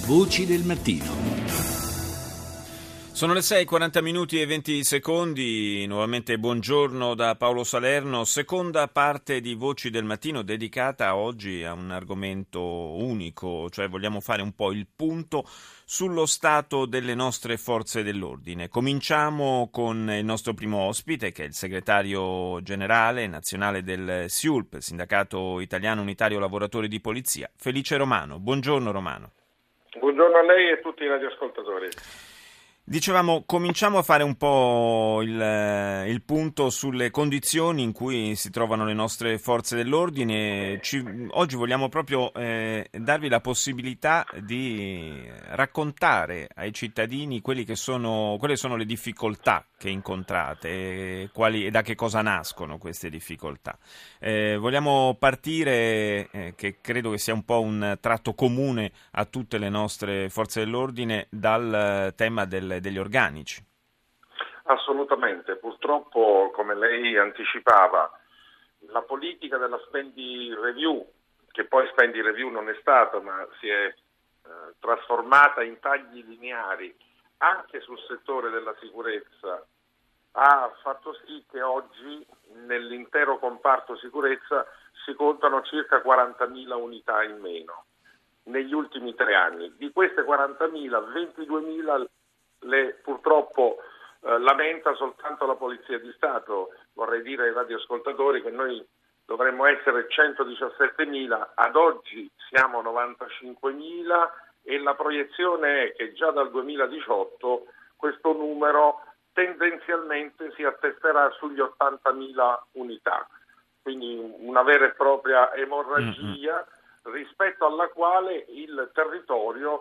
Voci del mattino. Sono le 6:40 minuti e 20 secondi, nuovamente buongiorno da Paolo Salerno, seconda parte di Voci del Mattino dedicata oggi a un argomento unico, cioè vogliamo fare un po' il punto sullo stato delle nostre forze dell'ordine. Cominciamo con il nostro primo ospite, che è il segretario generale nazionale del SIULP, Sindacato Italiano Unitario Lavoratori di Polizia, Felice Romano. Buongiorno Romano. Buongiorno a lei e a tutti i radioascoltatori. Dicevamo, cominciamo a fare un po' il punto sulle condizioni in cui si trovano le nostre forze dell'ordine. Oggi vogliamo proprio darvi la possibilità di raccontare ai cittadini quelle sono le difficoltà che incontrate e da che cosa nascono queste difficoltà. Vogliamo partire, che credo che sia un po' un tratto comune a tutte le nostre forze dell'ordine, dal tema degli organici. Assolutamente, purtroppo come lei anticipava, la politica della spending review, che poi spending review non è stata ma si è trasformata in tagli lineari anche sul settore della sicurezza, ha fatto sì che oggi nell'intero comparto sicurezza si contano circa 40.000 unità in meno negli ultimi 3 anni. Di queste 40.000, 22.000 purtroppo lamenta soltanto la Polizia di Stato. Vorrei dire ai radioascoltatori che noi dovremmo essere 117.000, ad oggi siamo 95.000 e la proiezione è che già dal 2018 questo numero tendenzialmente si attesterà sugli 80.000 unità, quindi una vera e propria emorragia rispetto alla quale il territorio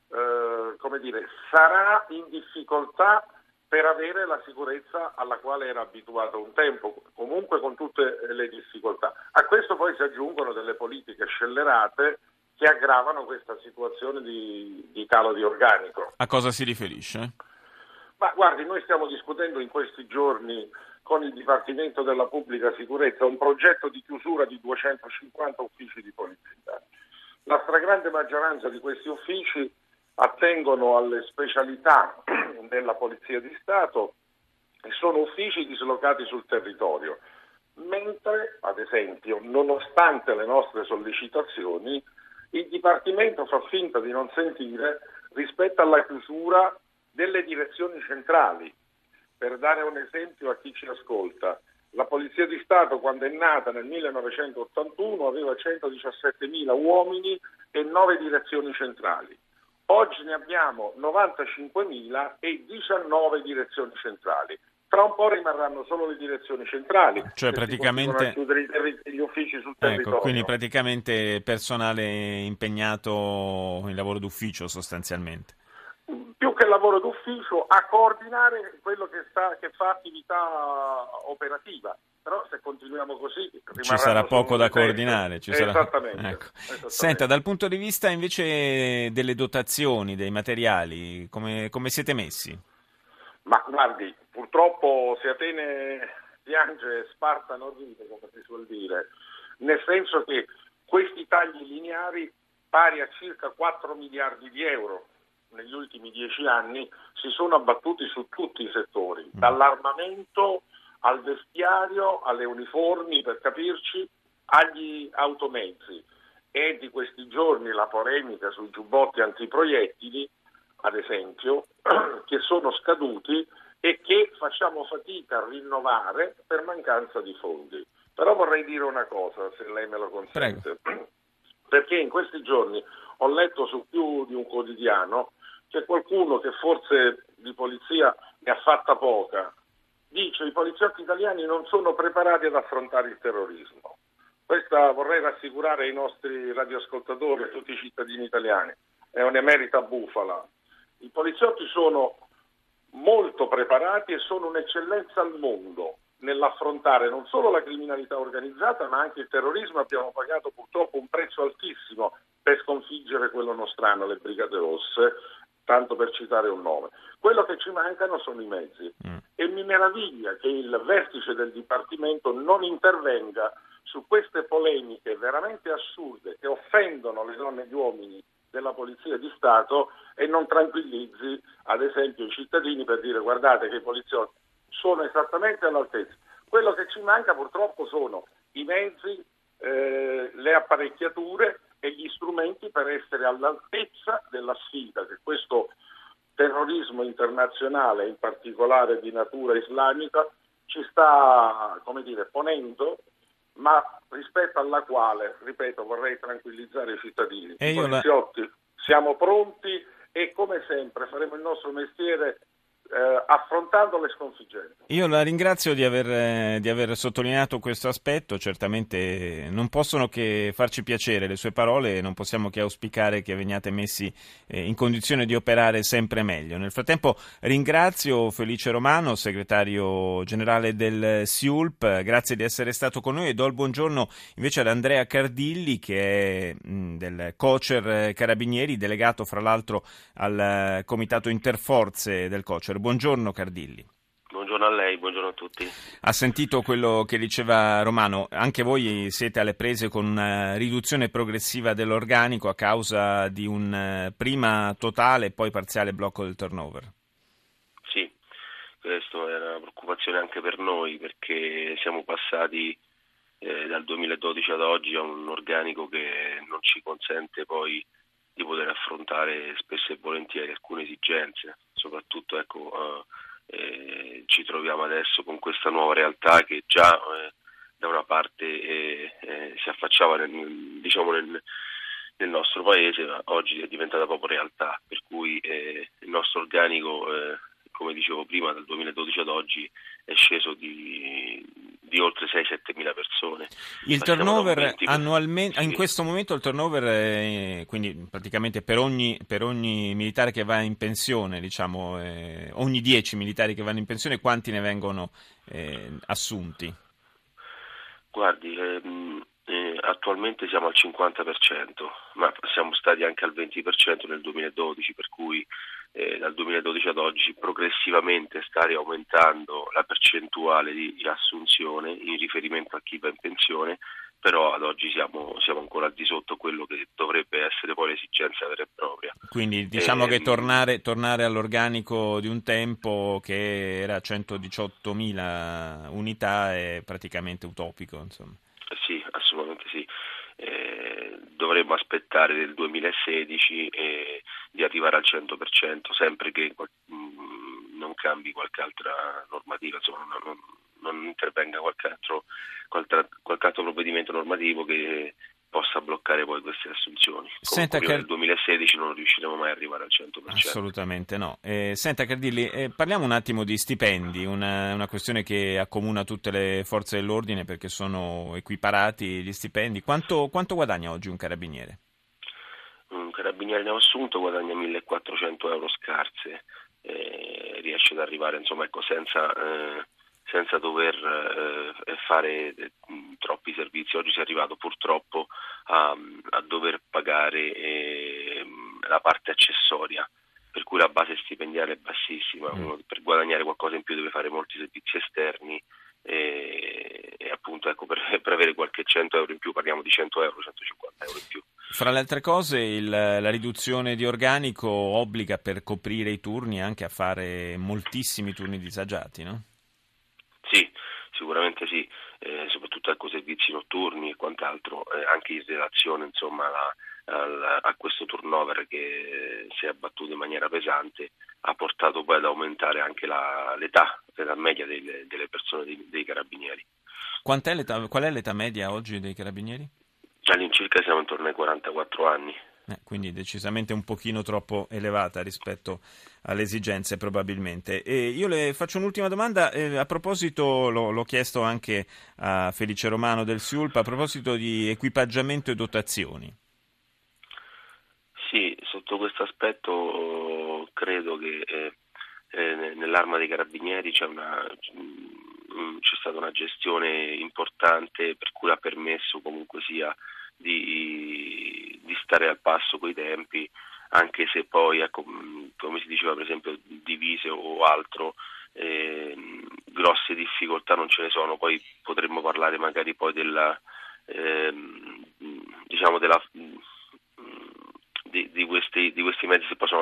sarà in difficoltà per avere la sicurezza alla quale era abituato un tempo, comunque con tutte le difficoltà. A questo poi si aggiungono delle politiche scellerate che aggravano questa situazione di calo di organico. A cosa si riferisce? Ma guardi, noi stiamo discutendo in questi giorni con il Dipartimento della Pubblica Sicurezza un progetto di chiusura di 250 uffici di polizia. La stragrande maggioranza di questi uffici attengono alle specialità della Polizia di Stato e sono uffici dislocati sul territorio, mentre, ad esempio, nonostante le nostre sollecitazioni, il Dipartimento fa finta di non sentire rispetto alla chiusura delle direzioni centrali. Per dare un esempio a chi ci ascolta, la Polizia di Stato, quando è nata nel 1981, aveva 117.000 uomini e 9 direzioni centrali. Oggi ne abbiamo 95.000 e 19 direzioni centrali. Tra un po' rimarranno solo le direzioni centrali. Cioè praticamente a chiudere gli uffici sul territorio. Quindi praticamente personale impegnato in lavoro d'ufficio sostanzialmente. Più che lavoro d'ufficio, a coordinare quello che fa attività operativa. Però se continuiamo così ci sarà poco da coordinare. Esattamente. Ecco. Senta, dal punto di vista invece delle dotazioni, dei materiali, come siete messi? Ma guardi, purtroppo se Atene piange, Sparta non ride, come si suol dire, nel senso che questi tagli lineari, pari a circa 4 miliardi di euro negli ultimi 10 anni, si sono abbattuti su tutti i settori, dall'armamento al vestiario, alle uniformi, per capirci, agli automezzi. E di questi giorni la polemica sui giubbotti antiproiettili, ad esempio, che sono scaduti e che facciamo fatica a rinnovare per mancanza di fondi. Però vorrei dire una cosa, se lei me lo consente. Prego. Perché in questi giorni ho letto su più di un quotidiano che qualcuno che forse di polizia ne ha fatta poca dice: i poliziotti italiani non sono preparati ad affrontare il terrorismo. Questa vorrei rassicurare i nostri radioascoltatori e tutti i cittadini italiani. È un'emerita bufala. I poliziotti sono molto preparati e sono un'eccellenza al mondo nell'affrontare non solo la criminalità organizzata ma anche il terrorismo. Abbiamo pagato purtroppo un prezzo altissimo per sconfiggere quello nostrano, le Brigate Rosse, tanto per citare un nome. Quello che ci mancano sono i mezzi e mi meraviglia che il vertice del Dipartimento non intervenga su queste polemiche veramente assurde che offendono le donne e gli uomini della Polizia di Stato e non tranquillizzi ad esempio i cittadini per dire guardate che i poliziotti sono esattamente all'altezza. Quello che ci manca purtroppo sono i mezzi, le apparecchiature e gli strumenti per essere all'altezza della sfida che questo terrorismo internazionale, in particolare di natura islamica, ci sta, ponendo, ma rispetto alla quale, ripeto, vorrei tranquillizzare i cittadini. I poliziotti siamo pronti e come sempre faremo il nostro mestiere affrontando le sconfiggenti. Io la ringrazio di aver sottolineato questo aspetto, certamente non possono che farci piacere le sue parole e non possiamo che auspicare che veniate messi in condizione di operare sempre meglio. Nel frattempo ringrazio Felice Romano, segretario generale del SIULP, grazie di essere stato con noi e do il buongiorno invece ad Andrea Cardilli che è del COCER Carabinieri, delegato fra l'altro al Comitato Interforze del COCER. Buongiorno Cardilli. Buongiorno a lei, buongiorno a tutti. Ha sentito quello che diceva Romano, anche voi siete alle prese con una riduzione progressiva dell'organico a causa di un prima totale e poi parziale blocco del turnover. Sì, questa è una preoccupazione anche per noi perché siamo passati dal 2012 ad oggi a un organico che non ci consente poi di poter affrontare spesso e volentieri alcune esigenze, soprattutto ci troviamo adesso con questa nuova realtà che già da una parte si affacciava nel nostro paese, ma oggi è diventata proprio realtà, per cui il nostro organico, come dicevo prima, dal 2012 ad oggi è sceso di oltre 6-7 mila persone. Il turnover annualmente, in questo momento il turnover è, quindi praticamente per ogni militare che va in pensione, diciamo, ogni 10 militari che vanno in pensione, quanti ne vengono assunti? Guardi, attualmente siamo al 50%, ma siamo stati anche al 20% nel 2012, per cui dal 2012 ad oggi progressivamente sta riaumentando la percentuale di assunzione in riferimento a chi va in pensione, però ad oggi siamo ancora al di sotto quello che dovrebbe essere poi l'esigenza vera e propria. Quindi diciamo che tornare all'organico di un tempo che era 118.000 unità è praticamente utopico, insomma. Sì, assolutamente sì. Dovremmo aspettare nel 2016 di arrivare al 100%, sempre che non cambi qualche altra normativa, insomma, non intervenga qualche altro provvedimento normativo che possa bloccare poi queste assunzioni. Comunque nel 2016 non riusciremo mai ad arrivare al 100%. Assolutamente no. Senta Cardilli, parliamo un attimo di stipendi, una questione che accomuna tutte le forze dell'ordine perché sono equiparati gli stipendi. Quanto guadagna oggi un carabiniere? Un carabiniere neoassunto assunto guadagna 1.400 euro scarse, riesce ad arrivare senza dover fare troppi servizi. Oggi si è arrivato purtroppo a dover pagare la parte accessoria, per cui la base stipendiale è bassissima. Uno per guadagnare qualcosa in più deve fare molti servizi esterni e appunto per avere qualche 100 euro in più parliamo di 100 euro, 150 euro in più. Fra le altre cose la riduzione di organico obbliga per coprire i turni anche a fare moltissimi turni disagiati, no? Sì, sicuramente sì, soprattutto servizi notturni e quant'altro, anche in relazione insomma a questo turnover che si è abbattuto in maniera pesante, ha portato poi ad aumentare anche l'età media delle persone, dei carabinieri. Qual è l'età media oggi dei carabinieri? All'incirca siamo intorno ai 44 anni. Quindi decisamente un pochino troppo elevata rispetto alle esigenze probabilmente. E io le faccio un'ultima domanda, a proposito, l'ho chiesto anche a Felice Romano del SIULP, a proposito di equipaggiamento e dotazioni. Sì, sotto questo aspetto credo che nell'Arma dei Carabinieri c'è stata una gestione importante per cui ha permesso comunque sia di stare al passo coi tempi, anche se poi, come si diceva per esempio, divise o altro, grosse difficoltà non ce ne sono. Poi potremmo parlare magari poi di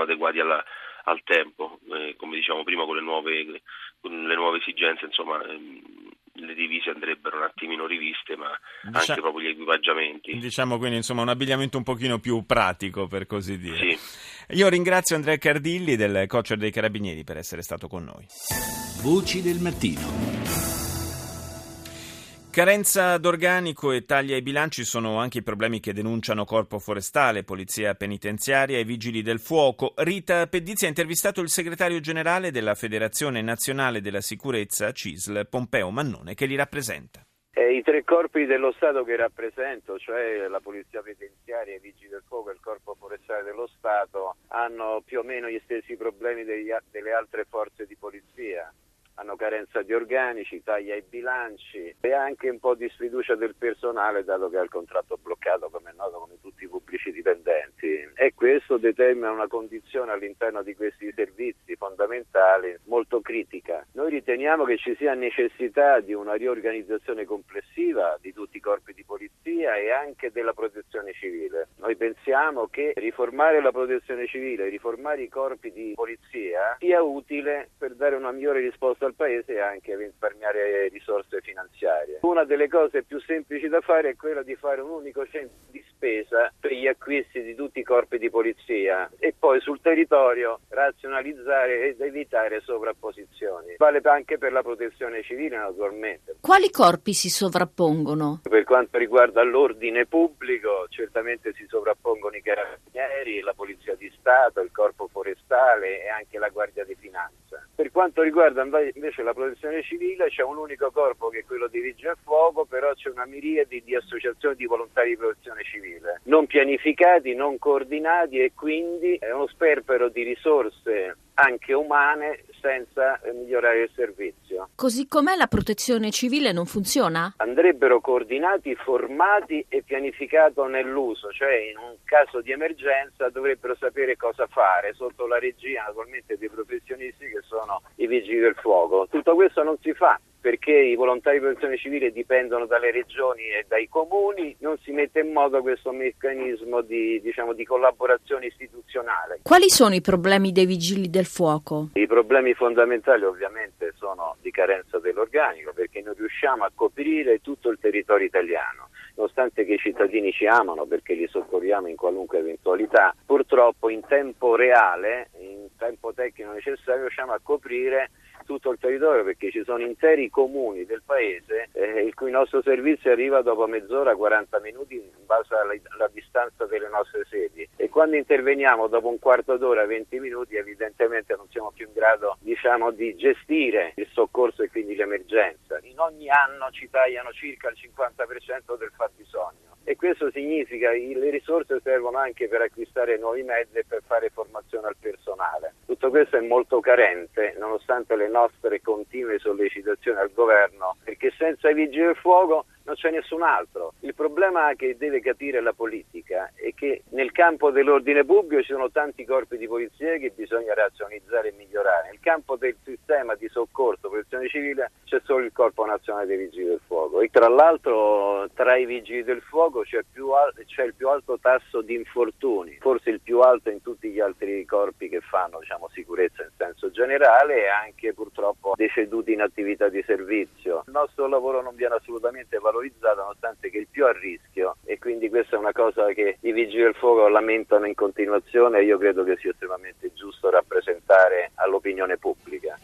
sono adeguati al tempo, come diciamo prima con le nuove esigenze, insomma le divise andrebbero un attimino riviste, ma anche proprio gli equipaggiamenti. Diciamo quindi insomma un abbigliamento un pochino più pratico, per così dire. Sì. Io ringrazio Andrea Cardilli del Cocer dei Carabinieri per essere stato con noi. Voci del mattino. Carenza d'organico e tagli ai bilanci sono anche i problemi che denunciano Corpo Forestale, Polizia Penitenziaria e Vigili del Fuoco. Rita Pedizzi ha intervistato il segretario generale della Federazione Nazionale della Sicurezza, CISL, Pompeo Mannone, che li rappresenta. I tre corpi dello Stato che rappresento, cioè la Polizia Penitenziaria, i Vigili del Fuoco e il Corpo Forestale dello Stato, hanno più o meno gli stessi problemi delle altre forze di polizia. Hanno carenza di organici, tagli ai bilanci e anche un po' di sfiducia del personale, dato che ha il contratto bloccato, come è noto, come tutti i pubblici dipendenti. E questo determina una condizione all'interno di questi servizi fondamentali molto critica. Noi riteniamo che ci sia necessità di una riorganizzazione complessiva di tutti i corpi di polizia e anche della protezione civile. Noi pensiamo che riformare la protezione civile, riformare i corpi di polizia sia utile per dare una migliore risposta al Paese e anche risparmiare risorse finanziarie. Una delle cose più semplici da fare è quella di fare un unico centro di spesa per gli acquisti di tutti i corpi di polizia e poi sul territorio razionalizzare ed evitare sovrapposizioni. Vale anche per la protezione civile, naturalmente. Quali corpi si sovrappongono? Per quanto riguarda l'ordine pubblico, certamente si sovrappongono i carabinieri, la Polizia di Stato, il Corpo Forestale e anche la Guardia di Finanza. Per quanto riguarda invece la protezione civile, c'è un unico corpo che è quello dei Vigili del Fuoco, però c'è una miriade di associazioni di volontari di protezione civile, non pianificati, non coordinati e quindi è uno sperpero di risorse anche umane senza migliorare il servizio. Così com'è la protezione civile non funziona? Andrebbero coordinati, formati e pianificato nell'uso, cioè in un caso di emergenza dovrebbero sapere cosa fare sotto la regia naturalmente dei professionisti che sono i Vigili del Fuoco. Tutto questo non si fa perché i volontari di protezione civile dipendono dalle regioni e dai comuni, non si mette in moto questo meccanismo di collaborazione istituzionale. Quali sono i problemi dei Vigili del Fuoco? I problemi fondamentali ovviamente sono di carenza dell'organico, perché non riusciamo a coprire tutto il territorio italiano. Nonostante che i cittadini ci amano perché li soccorriamo in qualunque eventualità, purtroppo in tempo reale, in tempo tecnico necessario, riusciamo a coprire tutto il territorio, perché ci sono interi comuni del paese il cui nostro servizio arriva dopo mezz'ora, 40 minuti in base alla distanza delle nostre sedi, e quando interveniamo dopo un quarto d'ora, 20 minuti, evidentemente non siamo più in grado di gestire il soccorso e quindi l'emergenza. In ogni anno ci tagliano circa il 50% del fabbisogno e questo significa che le risorse servono anche per acquistare nuovi mezzi e per fare formazione al personale. Tutto questo è molto carente nonostante le nostre continue sollecitazioni al governo, perché senza i Vigili del Fuoco non c'è nessun altro. Il problema che deve capire la politica è che nel campo dell'ordine pubblico ci sono tanti corpi di polizia che bisogna razionalizzare e migliorare. Nel campo del sistema di soccorso, protezione civile, c'è solo il Corpo Nazionale dei Vigili del Fuoco e tra l'altro tra i Vigili del Fuoco c'è il più alto tasso di infortuni, forse il più alto in tutti gli altri corpi che fanno sicurezza in senso generale e anche purtroppo deceduti in attività di servizio. Il nostro lavoro non viene assolutamente valorizzato, nonostante che è il più a rischio, e quindi questa è una cosa che i Vigili del Fuoco lamentano in continuazione e io credo che sia estremamente giusto rappresentare all'opinione pubblica.